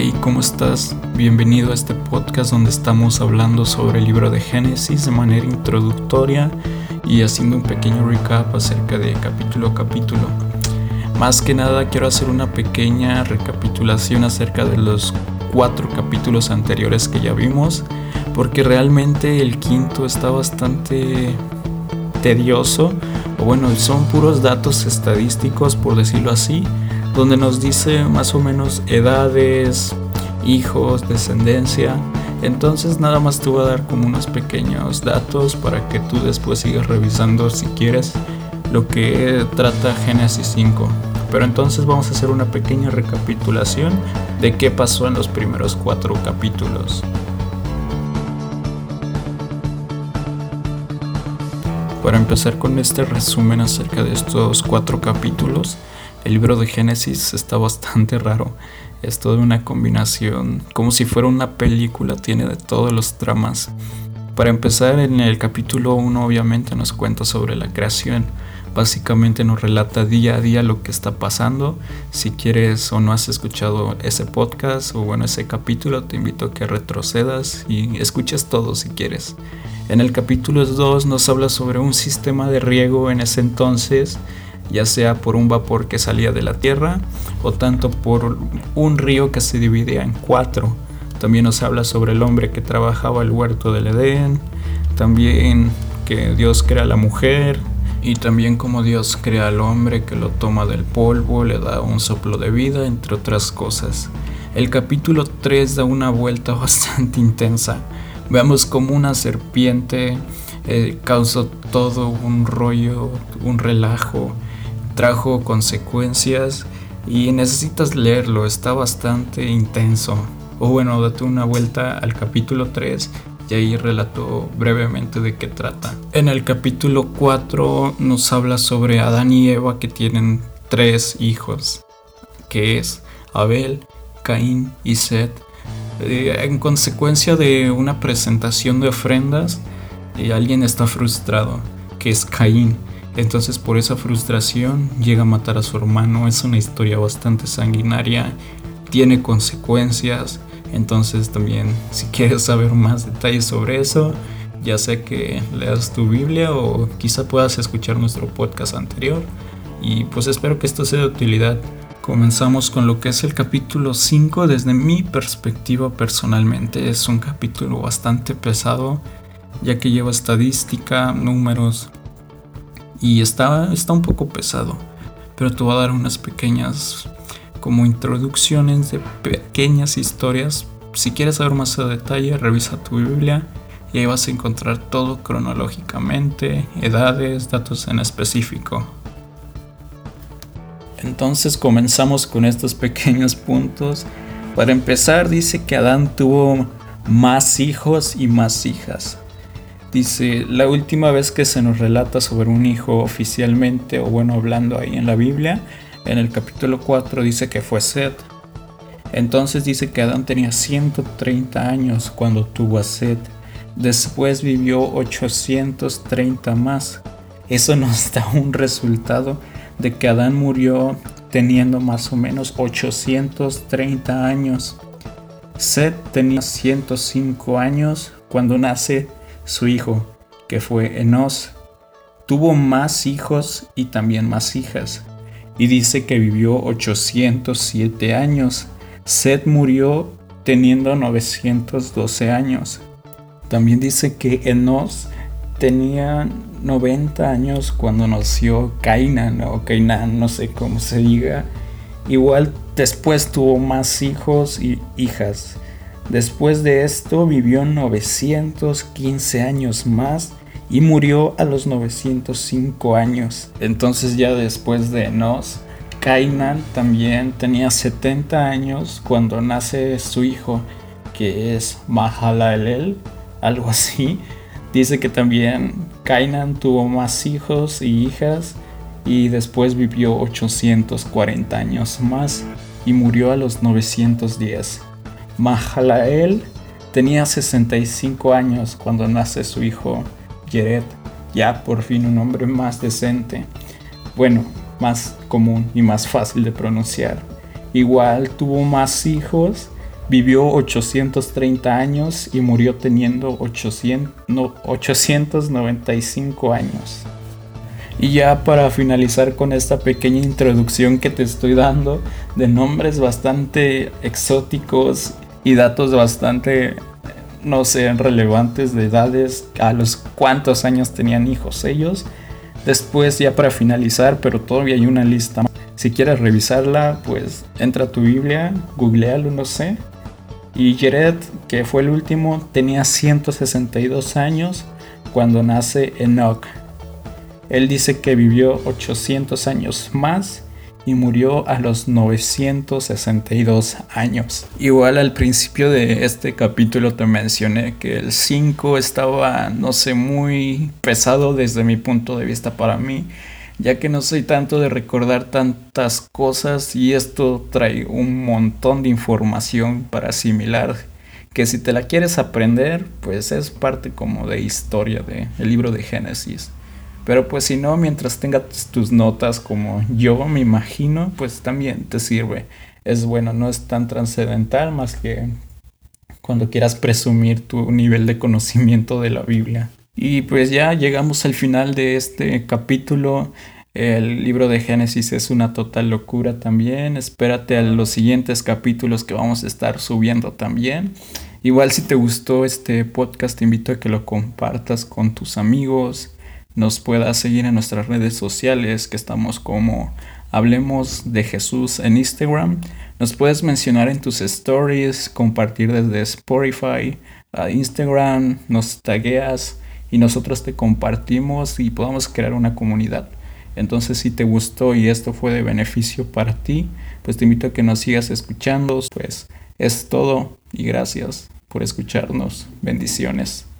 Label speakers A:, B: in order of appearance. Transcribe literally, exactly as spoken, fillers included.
A: Hey, ¿cómo estás? Bienvenido a este podcast donde estamos hablando sobre el libro de Génesis de manera introductoria y haciendo un pequeño recap acerca de capítulo a capítulo. Más que nada quiero hacer una pequeña recapitulación acerca de los cuatro capítulos anteriores que ya vimos, porque realmente el quinto está bastante tedioso, o bueno, son puros datos estadísticos, por decirlo así, donde nos dice más o menos edades, hijos, descendencia. Entonces nada más te voy a dar como unos pequeños datos para que tú después sigas revisando si quieres lo que trata Génesis cinco. Pero entonces vamos a hacer una pequeña recapitulación de qué pasó en los primeros cuatro capítulos. Para empezar con este resumen acerca de estos cuatro capítulos, el libro de Génesis está bastante raro. Es toda una combinación, como si fuera una película, tiene de todos los tramas. Para empezar, en el capítulo uno obviamente nos cuenta sobre la creación. Básicamente nos relata día a día lo que está pasando. Si quieres o no has escuchado ese podcast o bueno ese capítulo, te invito a que retrocedas y escuches todo si quieres. En el capítulo dos nos habla sobre un sistema de riego en ese entonces, ya sea por un vapor que salía de la tierra o tanto por un río que se dividía en cuatro. También nos habla sobre el hombre que trabajaba el huerto del Edén, también que Dios crea a la mujer y también cómo Dios crea al hombre, que lo toma del polvo, le da un soplo de vida, entre otras cosas. El capítulo tres da una vuelta bastante intensa. Veamos cómo una serpiente eh, causó todo un rollo, un relajo, trajo consecuencias y necesitas leerlo, está bastante intenso. O bueno, date una vuelta al capítulo tres y ahí relato brevemente de qué trata. En el capítulo cuatro nos habla sobre Adán y Eva, que tienen tres hijos, que es Abel, Caín y Set. Eh, en consecuencia de una presentación de ofrendas, eh, alguien está frustrado, que es Caín. Entonces por esa frustración llega a matar a su hermano. Es una historia bastante sanguinaria, tiene consecuencias. Entonces también si quieres saber más detalles sobre eso, ya sea que leas tu Biblia o quizá puedas escuchar nuestro podcast anterior. Y pues espero que esto sea de utilidad. Comenzamos con lo que es el capítulo cinco. Desde mi perspectiva personalmente es un capítulo bastante pesado, ya que lleva estadística, números y está, está un poco pesado. Pero te voy a dar unas pequeñas como introducciones de pequeñas historias. Si quieres saber más a detalle, revisa tu Biblia y ahí vas a encontrar todo cronológicamente, edades, datos en específico. Entonces comenzamos con estos pequeños puntos. Para empezar, dice que Adán tuvo más hijos y más hijas. Dice, la última vez que se nos relata sobre un hijo oficialmente, o bueno, hablando ahí en la Biblia, en el capítulo cuatro dice que fue Set. Entonces dice que Adán tenía ciento treinta años cuando tuvo a Set. Después vivió ochocientos treinta más. Eso nos da un resultado de que Adán murió teniendo más o menos ochocientos treinta años. Set tenía ciento cinco años cuando nace su hijo, que fue Enos. Tuvo más hijos y también más hijas. Y dice que vivió ochocientos siete años. Set murió teniendo novecientos doce años. También dice que Enos tenía noventa años cuando nació Cainán o Cainán, no sé cómo se diga. Igual después tuvo más hijos y hijas. Después de esto vivió novecientos quince años más y murió a los novecientos cinco años. Entonces ya después de Enos, Cainán también tenía setenta años cuando nace su hijo, que es Mahalalel, algo así. Dice que también Cainán tuvo más hijos y hijas y después vivió ochocientos cuarenta años más y murió a los novecientos diez. Mahalalel tenía sesenta y cinco años cuando nace su hijo Jared, ya por fin un nombre más decente, bueno, más común y más fácil de pronunciar. Igual tuvo más hijos Vivió ochocientos treinta años y murió teniendo ochocientos, no, ochocientos noventa y cinco años. Y ya para finalizar con esta pequeña introducción que te estoy dando de nombres bastante exóticos y datos bastante, no sé, relevantes de edades, a los cuántos años tenían hijos ellos. Después ya para finalizar, pero todavía hay una lista. Si quieres revisarla, pues entra a tu Biblia, googlealo, no sé. Y Jared, que fue el último, tenía ciento sesenta y dos años cuando nace Enoch. Él dice que vivió ochocientos años más y murió a los novecientos sesenta y dos años. Igual al principio de este capítulo te mencioné que el cinco estaba, no sé, muy pesado desde mi punto de vista para mí, ya que no soy tanto de recordar tantas cosas y esto trae un montón de información para asimilar, que si te la quieres aprender, pues es parte como de historia del libro de Génesis. Pero pues si no, mientras tengas tus notas como yo me imagino, pues también te sirve. Es bueno, no es tan trascendental más que cuando quieras presumir tu nivel de conocimiento de la Biblia. Y pues ya llegamos al final de este capítulo. El libro de Génesis es una total locura también. Espérate a los siguientes capítulos que vamos a estar subiendo también. Igual si te gustó este podcast, te invito a que lo compartas con tus amigos. Nos puedas seguir en nuestras redes sociales, que estamos como Hablemos de Jesús en Instagram. Nos puedes mencionar en tus stories, compartir desde Spotify a Instagram, nos tagueas y nosotros te compartimos y podamos crear una comunidad. Entonces, si te gustó y esto fue de beneficio para ti, pues te invito a que nos sigas escuchando. Pues es todo y gracias por escucharnos. Bendiciones.